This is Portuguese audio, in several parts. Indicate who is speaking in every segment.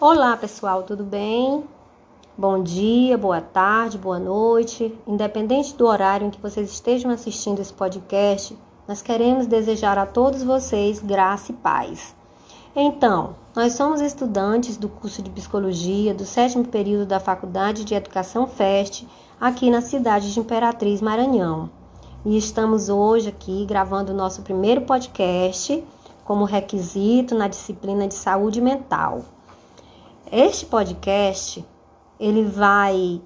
Speaker 1: Olá pessoal, tudo bem? Bom dia, boa tarde, boa noite. Independente do horário em que vocês estejam assistindo esse podcast, nós queremos desejar a todos vocês graça e paz. Então, nós somos estudantes do curso de Psicologia do 7º período da Faculdade de Educação FEST, aqui na cidade de Imperatriz, Maranhão. E estamos hoje aqui gravando o nosso primeiro podcast como requisito na disciplina de saúde mental. Este podcast, ele vai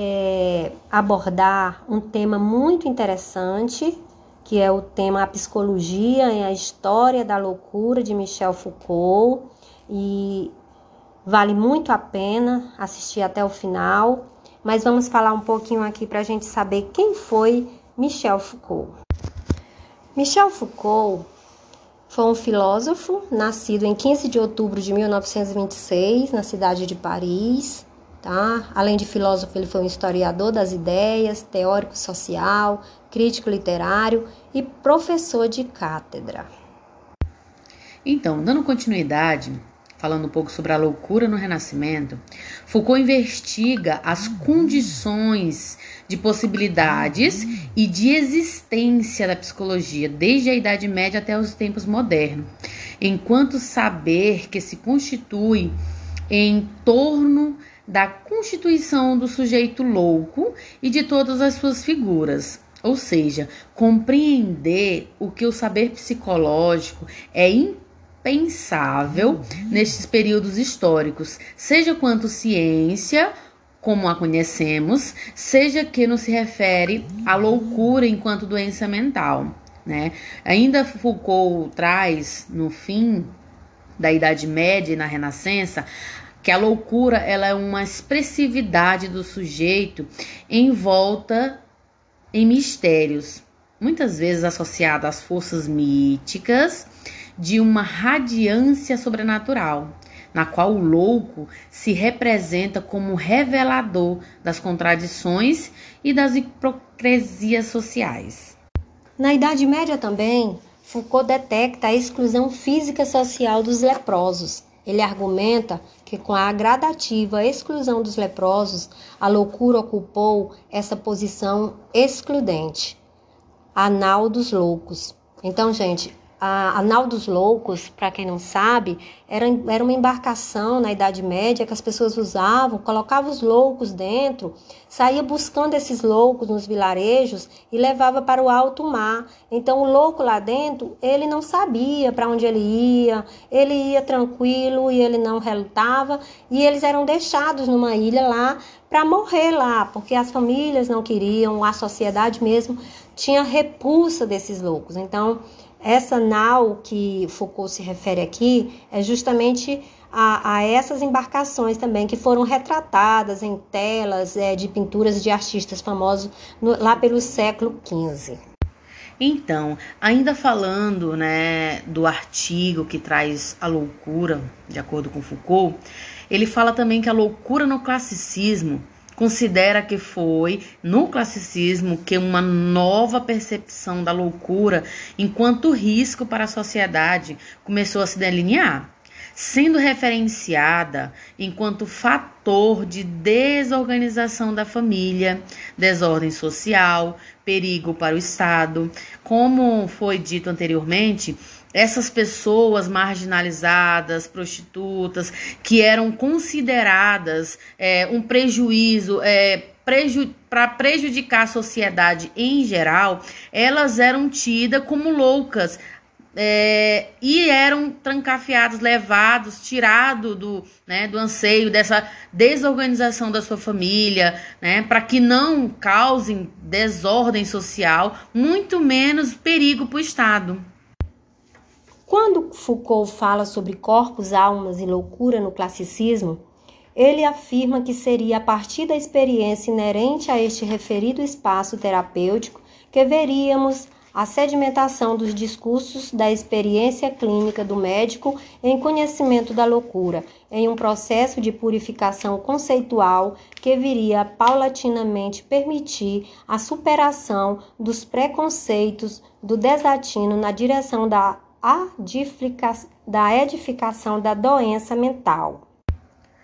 Speaker 1: abordar um tema muito interessante, que é o tema A Psicologia e a História da Loucura, de Michel Foucault, e vale muito a pena assistir até o final, mas vamos falar um pouquinho aqui para a gente saber quem foi Michel Foucault. Michel Foucault foi um filósofo nascido em 15 de outubro de 1926, na cidade de Paris. Tá? Além de filósofo, ele foi um historiador das ideias, teórico social, crítico literário e professor de cátedra.
Speaker 2: Então, dando continuidade, falando um pouco sobre a loucura no Renascimento, Foucault investiga as condições de possibilidades e de existência da psicologia desde a Idade Média até os tempos modernos, enquanto saber que se constitui em torno da constituição do sujeito louco e de todas as suas figuras. Ou seja, compreender o que o saber psicológico é impensável nestes períodos históricos, seja quanto ciência, como a conhecemos, seja que não se refere à loucura enquanto doença mental, né? Ainda Foucault traz, no fim da Idade Média e na Renascença, que a loucura ela é uma expressividade do sujeito envolta em mistérios, muitas vezes associada às forças míticas de uma radiância sobrenatural, na qual o louco se representa como revelador das contradições e das hipocrisias sociais.
Speaker 1: Na Idade Média também, Foucault detecta a exclusão física social dos leprosos. Ele argumenta que com a gradativa exclusão dos leprosos, a loucura ocupou essa posição excludente, a nau dos loucos. Então, gente, a nau dos loucos, para quem não sabe, era uma embarcação na Idade Média que as pessoas usavam, colocavam os loucos dentro, saía buscando esses loucos nos vilarejos e levava para o alto mar. Então o louco lá dentro, ele não sabia para onde ele ia tranquilo e ele não relutava, e eles eram deixados numa ilha lá para morrer lá, porque as famílias não queriam, a sociedade mesmo tinha repulsa desses loucos. Então essa nau que Foucault se refere aqui é justamente a essas embarcações também que foram retratadas em telas de pinturas de artistas famosos lá pelo século XV.
Speaker 2: Então, ainda falando, né, do artigo que traz a loucura, de acordo com Foucault, ele fala também que a loucura no classicismo considera que foi no classicismo que uma nova percepção da loucura enquanto risco para a sociedade começou a se delinear, sendo referenciada enquanto fator de desorganização da família, desordem social, perigo para o Estado. Como foi dito anteriormente, essas pessoas marginalizadas, prostitutas, que eram consideradas um prejuízo para prejudicar a sociedade em geral, elas eram tidas como loucas, e eram trancafiados, levados, tirados do anseio dessa desorganização da sua família, né, para que não causem desordem social, muito menos perigo para o Estado.
Speaker 1: Quando Foucault fala sobre corpos, almas e loucura no classicismo, ele afirma que seria a partir da experiência inerente a este referido espaço terapêutico que veríamos a sedimentação dos discursos da experiência clínica do médico em conhecimento da loucura, em um processo de purificação conceitual que viria paulatinamente permitir a superação dos preconceitos do desatino na direção da edificação da doença mental.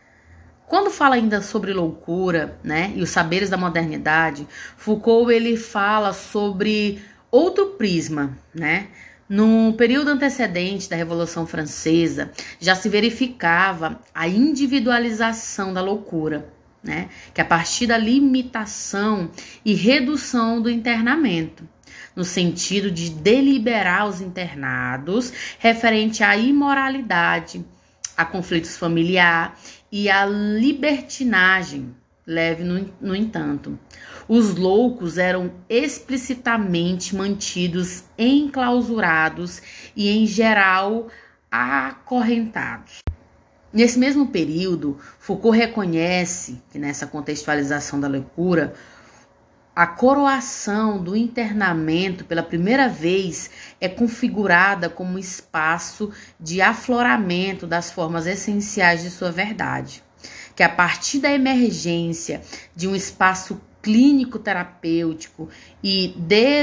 Speaker 2: Quando fala ainda sobre loucura, né, e os saberes da modernidade, Foucault ele fala sobre outro prisma, né? No período antecedente da Revolução Francesa, já se verificava a individualização da loucura, né? Que a partir da limitação e redução do internamento, no sentido de deliberar os internados referente à imoralidade, a conflitos familiares e à libertinagem leve, no entanto. Os loucos eram explicitamente mantidos enclausurados e, em geral, acorrentados. Nesse mesmo período, Foucault reconhece que nessa contextualização da loucura, a coroação do internamento pela primeira vez é configurada como espaço de afloramento das formas essenciais de sua verdade, que a partir da emergência de um espaço clínico terapêutico e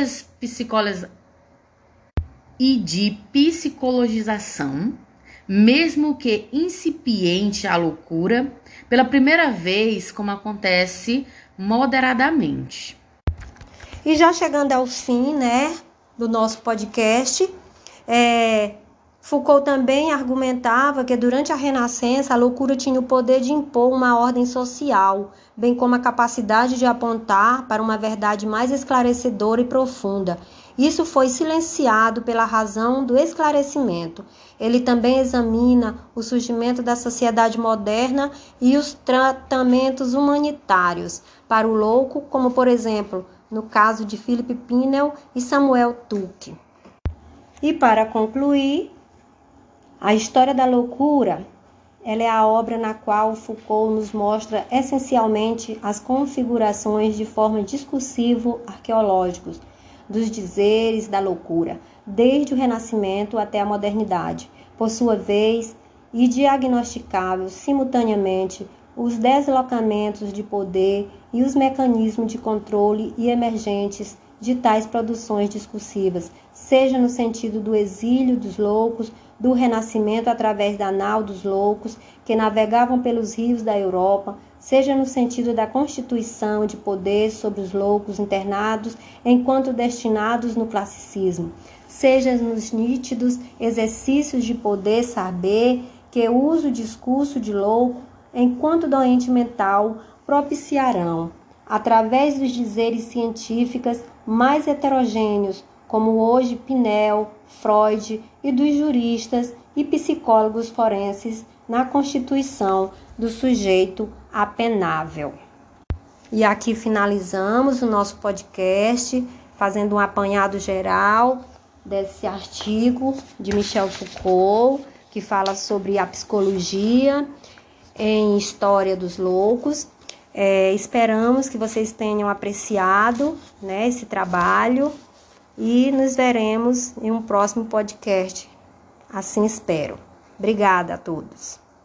Speaker 2: de psicologização, mesmo que incipiente a loucura, pela primeira vez, como acontece moderadamente.
Speaker 1: E já chegando ao fim, né, do nosso podcast, Foucault também argumentava que durante a Renascença a loucura tinha o poder de impor uma ordem social, bem como a capacidade de apontar para uma verdade mais esclarecedora e profunda. Isso foi silenciado pela razão do esclarecimento. Ele também examina o surgimento da sociedade moderna e os tratamentos humanitários para o louco, como por exemplo, no caso de Philippe Pinel e Samuel Tuke. E para concluir, a História da Loucura, ela é a obra na qual Foucault nos mostra essencialmente as configurações de forma discursivo-arqueológicos dos dizeres da loucura, desde o Renascimento até a modernidade, por sua vez, e diagnosticável simultaneamente os deslocamentos de poder e os mecanismos de controle e emergentes de tais produções discursivas, seja no sentido do exílio dos loucos, do renascimento através da nau dos loucos que navegavam pelos rios da Europa, seja no sentido da constituição de poder sobre os loucos internados enquanto destinados no classicismo, seja nos nítidos exercícios de poder saber que usa o discurso de louco enquanto doente mental propiciarão, através dos dizeres científicos mais heterogêneos, como hoje Pinel, Freud e dos juristas e psicólogos forenses na constituição do sujeito apenável. E aqui finalizamos o nosso podcast, fazendo um apanhado geral desse artigo de Michel Foucault, que fala sobre a psicologia em História dos Loucos. Esperamos que vocês tenham apreciado, né, esse trabalho e nos veremos em um próximo podcast. Assim espero. Obrigada a todos.